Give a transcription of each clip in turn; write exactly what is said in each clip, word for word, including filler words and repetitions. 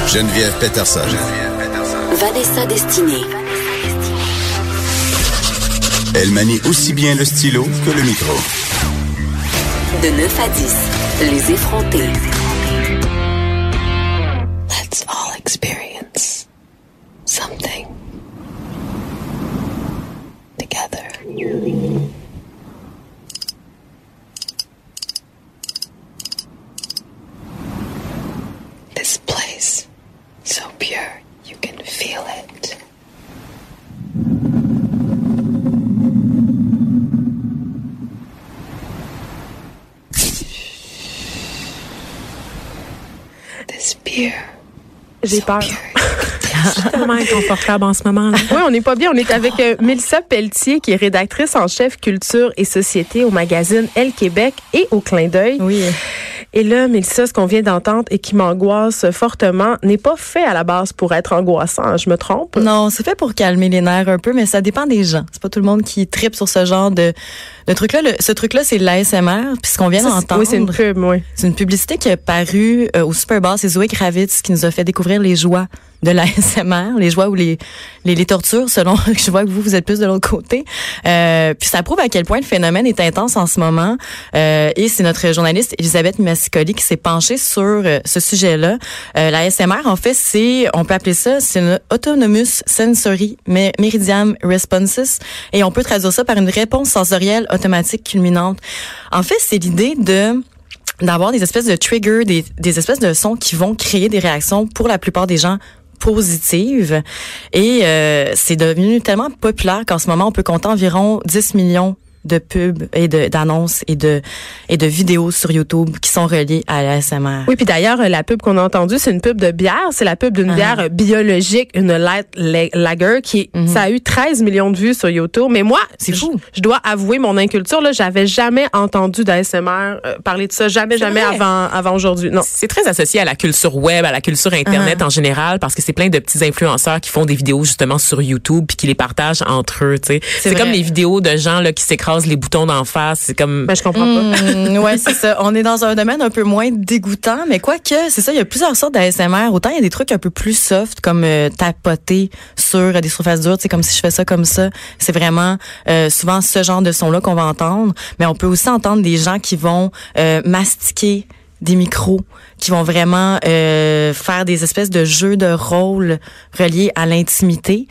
Geneviève Peterson. Vanessa Destinée. Elle manie aussi bien le stylo que le micro. De neuf à dix, les effrontés. Let's all experience something together. This place, so pure, you can feel it. This beer. J'ai so peur. pure. Je suis tellement inconfortable en ce moment. Là. Oui, on n'est pas bien. On est avec euh, Mélissa Pelletier, qui est rédactrice en chef culture et société au magazine Elle Québec et au Clin d'œil. Oui. Et là, Mélissa, ce qu'on vient d'entendre et qui m'angoisse fortement n'est pas fait à la base pour être angoissant. Je me trompe? Non, c'est fait pour calmer les nerfs un peu, mais ça dépend des gens. C'est pas tout le monde qui tripe sur ce genre de, de truc-là. Le, ce truc-là, c'est l'A S M R. Puis ce qu'on vient Ça, d'entendre. Oui, c'est une pub, oui. C'est une publicité qui est parue euh, au Super Bowl. C'est Zoé Kravitz qui nous a fait découvrir les joies de l'A S M R, les joies ou les, les, les tortures, selon que je vois que vous, vous êtes plus de l'autre côté. Euh, puis ça prouve à quel point le phénomène est intense en ce moment. Euh, et c'est notre journaliste Elisabeth Masicoli qui s'est penchée sur euh, ce sujet-là. Euh, L'A S M R, en fait, c'est, on peut appeler ça, c'est une Autonomous Sensory Meridian Responses. Et on peut traduire ça par une réponse sensorielle automatique culminante. En fait, c'est l'idée de d'avoir des espèces de triggers, des, des espèces de sons qui vont créer des réactions pour la plupart des gens positives. Et euh, c'est devenu tellement populaire qu'en ce moment, on peut compter environ dix millions de pubs et de, d'annonces et de, et de vidéos sur YouTube qui sont reliées à l'A S M R. Oui, puis d'ailleurs, la pub qu'on a entendue, c'est une pub de bière. C'est la pub d'une uh-huh. bière biologique, une light lager, qui, mm-hmm. ça a eu treize millions de vues sur YouTube. Mais moi, c'est fou. Je, je dois avouer mon inculture, là, j'avais jamais entendu d'A S M R euh, parler de ça. Jamais, c'est jamais vrai. avant, avant aujourd'hui. Non. C'est très associé à la culture web, à la culture Internet uh-huh. en général, parce que c'est plein de petits influenceurs qui font des vidéos justement sur YouTube puis qui les partagent entre eux, tu sais. C'est, c'est comme les vidéos de gens, là, qui s'écrasent les boutons d'en face, c'est comme ben je comprends pas. Mmh, ouais, c'est ça. On est dans un domaine un peu moins dégoûtant, mais quoique, c'est ça, il y a plusieurs sortes d'A S M R. Autant il y a des trucs un peu plus soft comme euh, tapoter sur euh, des surfaces dures, tu sais, comme si je fais ça comme ça. C'est vraiment euh, souvent ce genre de son là qu'on va entendre, mais on peut aussi entendre des gens qui vont euh, mastiquer des micros, qui vont vraiment euh, faire des espèces de jeux de rôle reliés à l'intimité.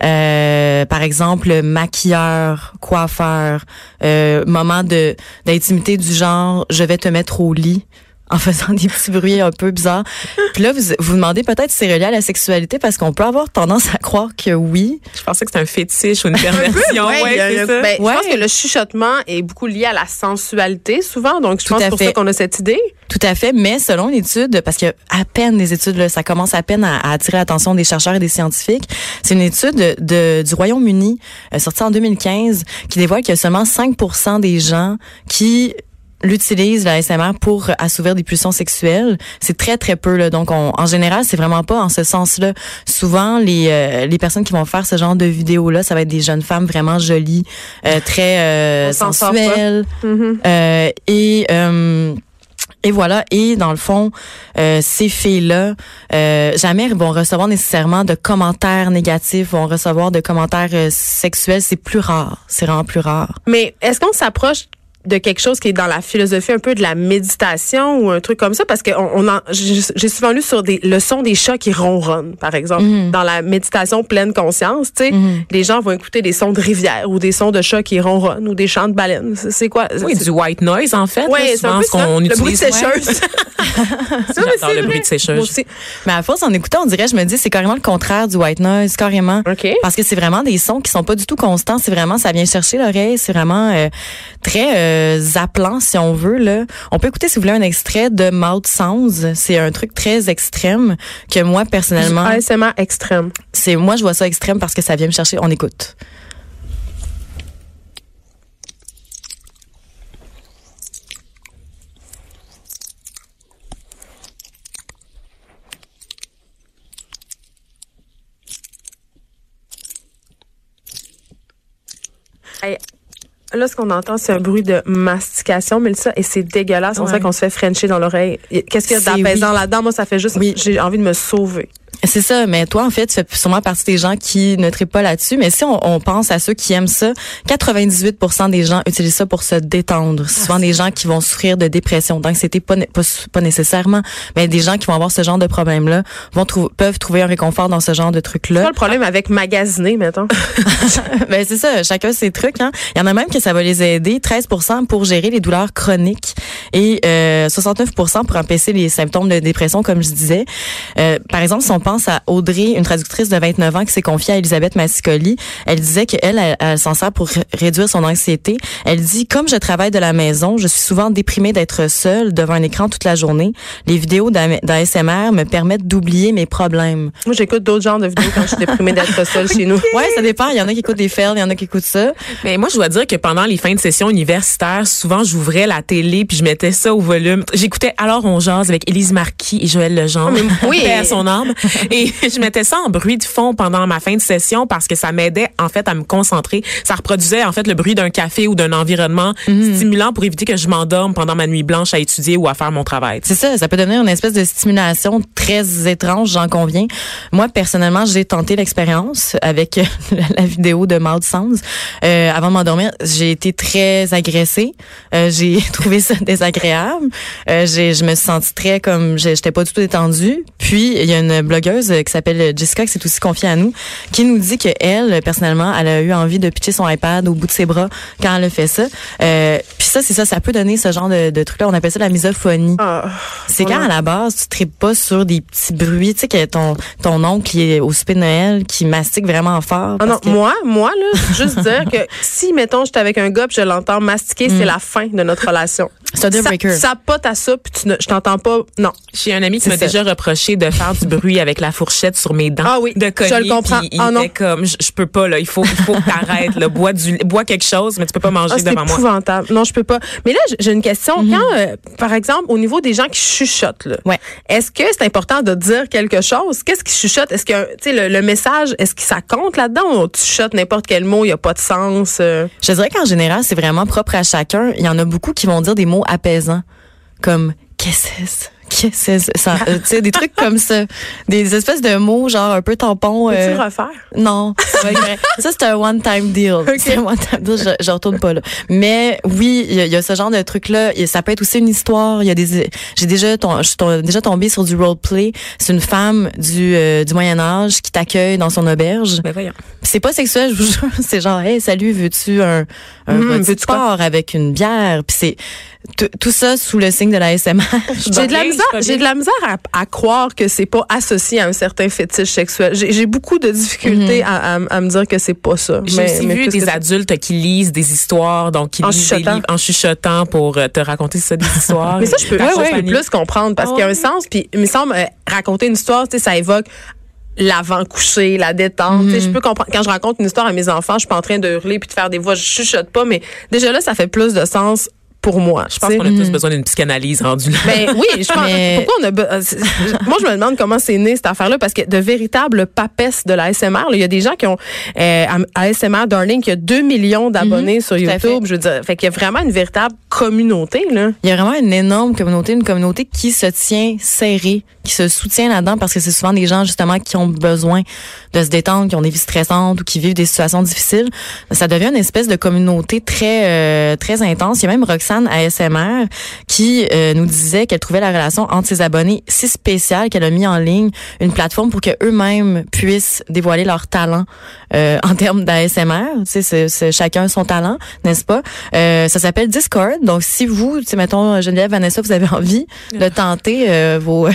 Euh, par exemple, maquilleur, coiffeur, euh, moment de d'intimité du genre « je vais te mettre au lit ». En faisant des petits bruits un peu bizarres. Puis là, vous vous demandez peut-être si c'est relié à la sexualité parce qu'on peut avoir tendance à croire que oui. Je pensais que c'était un fétiche ou une perversion. ouais, ouais, c'est ça. Ben, ouais. Je pense que le chuchotement est beaucoup lié à la sensualité souvent. Donc, je Tout pense à c'est pour fait. ça qu'on a cette idée. Tout à fait. Mais selon une étude, parce qu'il y a à peine des études, là, ça commence à peine à, à attirer l'attention des chercheurs et des scientifiques. C'est une étude de, de, du Royaume-Uni, euh, sortie en deux mille quinze, qui dévoile qu'il y a seulement cinq pour cent des gens qui l'utilise, la S M R, pour assouvir des pulsions sexuelles. C'est très, très peu, là. Donc, on, en général, c'est vraiment pas en ce sens-là. Souvent, les, euh, les personnes qui vont faire ce genre de vidéos-là, ça va être des jeunes femmes vraiment jolies, euh, très euh, sensuelles. Mm-hmm. Euh, et... Euh, Et voilà, et dans le fond, euh, ces filles-là, euh, jamais vont recevoir nécessairement de commentaires négatifs, vont recevoir de commentaires euh, sexuels. C'est plus rare, c'est vraiment plus rare. Mais est-ce qu'on s'approche de quelque chose qui est dans la philosophie un peu de la méditation ou un truc comme ça? Parce que on, on en, j'ai, j'ai souvent lu sur des, le son des chats qui ronronnent, par exemple. Mm-hmm. Dans la méditation pleine conscience, tu sais, mm-hmm. les gens vont écouter des sons de rivière ou des sons de chats qui ronronnent ou des chants de baleines. C'est, c'est quoi? Oui, c'est... du white noise, en fait. Oui, là, c'est un peu ça. qu'on Le utilise. bruit de sécheuse. Ça, J'adore le bruit de sécheuse. Aussi. Mais à force, en écoutant, on dirait, je me dis, c'est carrément le contraire du white noise, carrément. Okay. Parce que c'est vraiment des sons qui sont pas du tout constants. C'est vraiment, ça vient chercher l'oreille. C'est vraiment euh, très euh, appelant, si on veut, là. On peut écouter, si vous voulez, un extrait de Mouth Sounds. C'est un truc très extrême que moi, personnellement... A S M R extrême. C'est, moi, je vois ça extrême parce que ça vient me chercher. On écoute. Hey. là, ce qu'on entend, c'est un bruit de mastication, mais ça, et c'est dégueulasse. On Ouais. sait qu'on se fait frencher dans l'oreille. Qu'est-ce qu'il y a C'est d'apaisant oui. là-dedans? Moi, ça fait juste, Oui. j'ai envie de me sauver. C'est ça, mais toi, en fait, tu fais sûrement partie des gens qui ne trippent pas là-dessus. Mais si on, on pense à ceux qui aiment ça, quatre-vingt-dix-huit pour cent des gens utilisent ça pour se détendre. C'est souvent des gens qui vont souffrir de dépression, d'anxiété, pas, pas, pas nécessairement, mais des gens qui vont avoir ce genre de problème-là vont trou- peuvent trouver un réconfort dans ce genre de C'est trucs-là. quoi le problème avec magasiner, mettons? Ben c'est ça, chacun ses trucs. Hein. Il y en a même que ça va les aider, treize pour cent pour gérer les douleurs chroniques et euh, soixante-neuf pour cent pour empêcher les symptômes de dépression, comme je disais. Euh, par exemple, si on pense à Audrey, une traductrice de vingt-neuf ans qui s'est confiée à Elisabeth Masicoli, elle disait qu'elle, elle, elle s'en sert pour r- réduire son anxiété. Elle dit, comme je travaille de la maison, je suis souvent déprimée d'être seule devant un écran toute la journée. Les vidéos d'A S M R me permettent d'oublier mes problèmes. Moi, j'écoute d'autres genres de vidéos quand je suis déprimée d'être seule chez nous. Ouais, ça dépend. Il y en a qui écoutent des fails, il y en a qui écoutent ça. Mais moi, je dois dire que pendant les fins de session universitaires, souvent, j'ouvrais la télé puis je mettais ça au volume. J'écoutais Alors on jase avec Élise Marquis et Joël Legendre. mais oui. Paix à son âme. Et je mettais ça en bruit de fond pendant ma fin de session parce que ça m'aidait, en fait, à me concentrer. Ça reproduisait, en fait, le bruit d'un café ou d'un environnement stimulant pour éviter que je m'endorme pendant ma nuit blanche à étudier ou à faire mon travail. C'est ça, ça peut devenir une espèce de stimulation très étrange, j'en conviens. Moi, personnellement, j'ai tenté l'expérience avec la vidéo de Maud Sands. Euh, avant de m'endormir, j'ai été très agressée. Euh, j'ai trouvé ça désagréable. Euh, j'ai, je me suis sentie très comme, j'étais pas du tout détendue. Puis, il y a une blogueuse qui s'appelle Jessica, qui s'est aussi confiée à nous, qui nous dit que elle, personnellement, elle a eu envie de pitcher son iPad au bout de ses bras quand elle a fait ça. Euh, puis ça, c'est ça, ça peut donner ce genre de, de truc-là. On appelle ça la misophonie. Ah, C'est quand, voilà. à la base, tu tripes pas sur des petits bruits, tu sais, que ton, ton oncle qui est au souper de Noël, qui mastique vraiment fort. Ah non, parce que- moi, moi, là, juste dire que si, mettons, j'étais avec un gars puis je l'entends mastiquer, c'est la fin de notre relation. C'est un deal Ça, breaker. ça pote à ça puis tu ne, je t'entends pas. Non. J'ai un ami qui C'est m'a ça. déjà reproché de faire du bruit avec la fourchette sur mes dents. Ah oui, de cogner, je le comprends. puis il Ah non. était comme, je, je peux pas, là, il faut, il faut que t'arrêtes, là, bois du, bois quelque chose, mais tu peux pas manger Ah, c'est devant moi. épouvantable. Non, je peux pas. Mais là, j'ai une question. Quand, euh, par exemple, au niveau des gens qui chuchotent, là, Ouais. est-ce que c'est important de dire quelque chose? Qu'est-ce qui chuchote? Est-ce que, tu sais, le, le message, est-ce que ça compte là-dedans ou tu chuchotes n'importe quel mot, il n'y a pas de sens? euh? Je dirais qu'en général, c'est vraiment propre à chacun. Il y en a beaucoup qui vont dire des mots apaisants, comme « qu'est-ce que c'est? Qu'est-ce que c'est? » Ça, euh, tu sais, des trucs comme ça. Des espèces de mots, genre un peu tampon. Peux-tu euh, le refaire? Non, ça va être vrai. Ça, c'est un one-time deal. C'est un one-time deal, je, je retourne pas là. Mais oui, il y, a- il y a ce genre de truc-là. Et ça peut être aussi une histoire. Il y a des, j'ai déjà, tom- je suis tom- déjà tombée sur du roleplay. C'est une femme du, euh, du Moyen-Âge qui t'accueille dans son auberge. Ben voyons. C'est pas sexuel, je vous jure. C'est genre, hey, salut, veux-tu un, un Hum, petit veux-tu quoi? sport avec une bière? Puis c'est tout- tout ça sous le signe de la S M R. J'ai de la bien, misère, je vais j'ai de bien. la misère à, à croire que c'est pas associé à un certain fétiche sexuel. J'ai j'ai beaucoup de difficultés à, à, à me dire que c'est pas ça. J'ai Mais- aussi mais vu qu'est-ce des que c'est? adultes qui lisent des histoires, donc qui En lisent des chuchotant. livres en chuchotant pour euh, te raconter ça des histoires. Mais ça, je peux, Ta ouais, ouais, je peux compagnie. plus comprendre parce Ah qu'il y a un ouais. sens. Puis, il me semble, euh, raconter une histoire, tu sais, ça évoque l'avant-coucher, la détente. Tu sais, je peux comprendre. Quand je raconte une histoire à mes enfants, je suis pas en train de hurler puis de faire des voix, je chuchote pas, mais déjà là, ça fait plus de sens pour moi. Je pense qu'on a tous besoin d'une psychanalyse rendue là. Ben oui, je pense. Mais- Pourquoi on a. be- euh, c'est- Moi, je me demande comment c'est né cette affaire-là, parce que de véritables papesses de l'A S M R, là, il y a des gens qui ont euh, A S M R Darling qui a deux millions d'abonnés sur à YouTube. fait. Je veux dire, fait qu'il y a vraiment une véritable communauté là. Il y a vraiment une énorme communauté, une communauté qui se tient serrée, qui se soutient là-dedans parce que c'est souvent des gens justement qui ont besoin de se détendre, qui ont des vies stressantes ou qui vivent des situations difficiles. Ça devient une espèce de communauté très euh, très intense. Il y a même Roxane A S M R qui euh, nous disait qu'elle trouvait la relation entre ses abonnés si spéciale qu'elle a mis en ligne une plateforme pour que eux-mêmes puissent dévoiler leur talent euh, en termes d'A S M R. Tu sais, c'est, c'est chacun son talent, n'est-ce pas? Euh, ça s'appelle Discord. Donc, si vous, tu sais, mettons, Geneviève, Vanessa, vous avez envie de tenter euh, vos,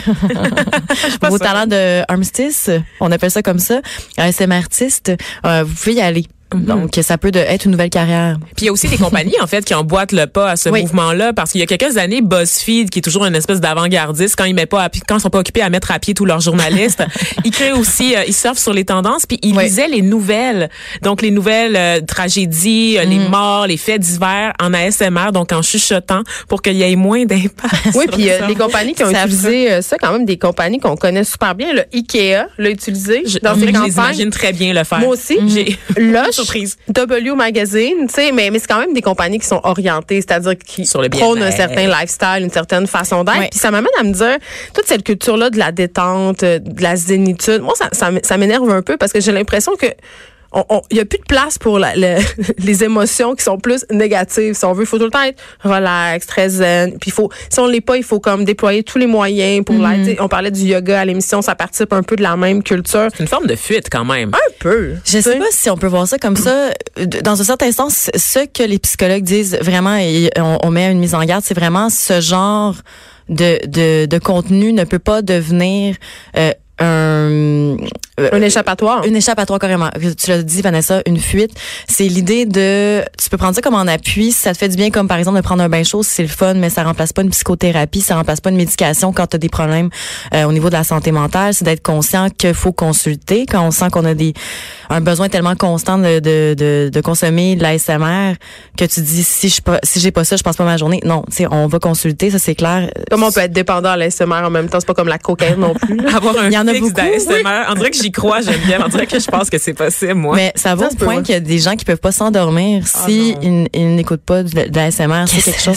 vos talents de armistice, on appelle ça comme ça, A S M R artiste, euh, vous pouvez y aller. Donc, ça peut de, être une nouvelle carrière. Puis il y a aussi des compagnies, en fait, qui emboîtent le pas à ce Oui. mouvement-là, parce qu'il y a quelques années, BuzzFeed, qui est toujours une espèce d'avant-gardiste, quand ils mettent pas à, pied- quand ils sont pas occupés à mettre à pied tous leurs journalistes, ils créent aussi, euh, ils surfent sur les tendances, puis ils Oui. lisaient les nouvelles. Donc, les nouvelles euh, tragédies, euh, les morts, les faits divers en A S M R, donc en chuchotant, pour qu'il y ait moins d'impact. Oui, sur puis le euh, cerveau. les compagnies qui ont C'est utilisé euh, ça, quand même, des compagnies qu'on connaît super bien. Le Ikea l'a utilisé Je- dans on ses dirait que je les campagnes. imagine très bien le faire. Moi aussi. J'ai- Lush surprise. W Magazine, tu sais, mais, mais c'est quand même des compagnies qui sont orientées, c'est-à-dire qui Sur le prônent un bien-être. certain lifestyle, une certaine façon d'être. Ouais. Puis ça m'amène à me dire, toute cette culture-là de la détente, euh, de la zénitude, moi, ça, ça, m- ça m'énerve un peu parce que j'ai l'impression que il y a plus de place pour la, le, les émotions qui sont plus négatives. Si on veut, il faut tout le temps être relax, très zen. Puis il faut, si on l'est pas, il faut comme déployer tous les moyens pour Mm-hmm. l'être. On parlait du yoga à l'émission, ça participe un peu de la même culture. C'est une forme de fuite quand même. Un peu. Je sais pas si on peut voir ça comme ça. Dans un certain sens, ce que les psychologues disent vraiment, et on, on met une mise en garde, c'est vraiment ce genre de, de, de contenu ne peut pas devenir euh, un, Un échappatoire. Une échappatoire carrément. Tu l'as dit, Vanessa, une fuite. C'est l'idée de, tu peux prendre ça comme en appui, si ça te fait du bien, comme par exemple de prendre un bain chaud, c'est le fun, mais ça remplace pas une psychothérapie, ça remplace pas une médication quand tu as des problèmes euh, au niveau de la santé mentale. C'est d'être conscient qu'il faut consulter quand on sent qu'on a des un besoin tellement constant de de de, de consommer de l'A S M R que tu dis si je pas si j'ai pas ça, je passe pas ma journée. Non, tu sais, on va consulter, ça c'est clair. Comment on peut être dépendant à l'A S M R en même temps, c'est pas comme la cocaïne non plus. Avoir un Il y en a fixe beaucoup, d'A S M R. On dirait que j'y crois, j'aime bien. On dirait que je pense que c'est possible, moi. Mais ça va Ça au se peut, point ouais. qu'il y a des gens qui peuvent pas s'endormir Ah si non. ils, ils n'écoutent pas de, de l'A S M R. C'est quelque chose.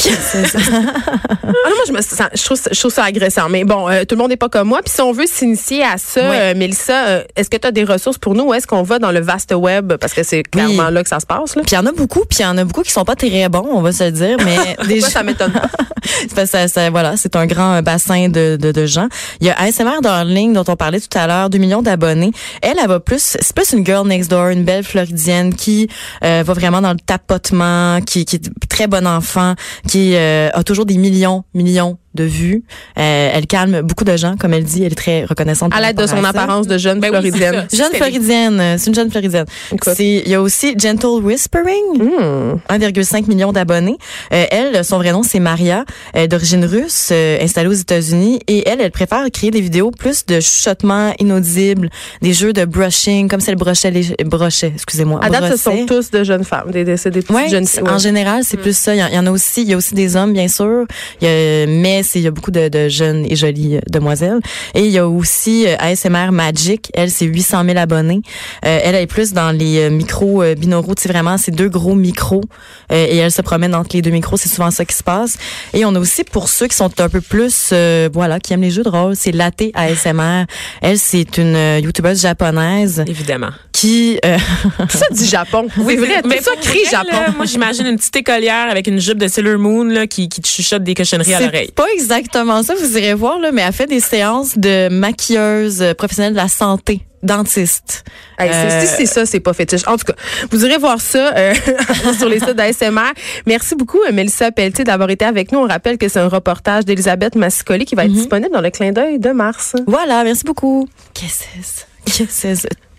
Ah non, moi, je, me, sens- je, trouve, ça- je trouve ça agressant. Mais bon, euh, tout le monde n'est pas comme moi. Puis si on veut s'initier à ça, Ouais. euh, Mélissa, euh, est-ce que tu as des ressources pour nous ou est-ce qu'on va dans le vaste web? Parce que c'est clairement là que ça se passe. Là. Puis il y en a beaucoup, puis il y en a beaucoup qui sont pas très bons, on va se le dire, mais des Pourquoi gens- ça m'étonne pas? c'est parce que ça, ça- voilà, c'est un grand euh, bassin de, de, de gens. Il y a A S M R Darling dont on parlait tout à l'heure, deux millions d'abonnés. Elle, elle va plus, c'est plus une girl next door, une belle floridienne qui euh, va vraiment dans le tapotement, qui, qui est très bon enfant, qui euh, a toujours des millions, millions de vues. Euh, elle calme beaucoup de gens, comme elle dit. Elle est très reconnaissante. À par l'aide de rapport son à ça. apparence de jeune Ben oui, floridienne. c'est ça. Jeune floridienne, euh, c'est une jeune floridienne. Écoute. C'est, il y a aussi Gentle Whispering, Hmm. un virgule cinq million d'abonnés. Euh, elle, son vrai nom, c'est Maria, euh, d'origine russe, euh, installée aux États-Unis. Et elle, elle préfère créer des vidéos plus de chuchotements inaudibles, des jeux de brushing, comme si elle brochait les brochait, excusez-moi. À date, ce brossait. sont tous de jeunes femmes. Des, des, c'est des petites Ouais, jeunes c'est- filles. en Ouais. général, c'est plus ça. Il y, en- il y en a aussi, il y a aussi des hommes, bien sûr. Il y a, mais c'est, il y a beaucoup de, de jeunes et jolies euh, demoiselles. Et il y a aussi euh, A S M R Magic. Elle, c'est huit cent mille abonnés. Euh, elle est plus dans les euh, micros euh, binauraux. Tu sais, vraiment, c'est deux gros micros. Euh, et elle se promène entre les deux micros. C'est souvent ça qui se passe. Et on a aussi, pour ceux qui sont un peu plus, euh, voilà, qui aiment les jeux de rôle, c'est Latte A S M R. Elle, c'est une euh, youtubeuse japonaise Évidemment. qui... euh, Tout ça dit Japon. C'est vrai, tout ça pour crie vrai, Japon. là, moi, j'imagine une petite écolière avec une jupe de Sailor Moon là, qui, qui te chuchote des cochonneries à l'oreille. C'est pas exactement ça, vous irez voir, là, mais elle fait des séances de maquilleuse euh, professionnelle de la santé, dentiste. Hey, c'est- Euh, Si c'est ça, c'est pas fétiche. En tout cas, vous irez voir ça euh, sur les sites d'A S M R. Merci beaucoup, euh, Mélissa Pelletier, d'avoir été avec nous. On rappelle que c'est un reportage d'Elisabeth Massicoli qui va être disponible dans le clin d'œil de mars. Voilà, merci beaucoup. Qu'est-ce que c'est ça? Qu'est-ce que c'est ça?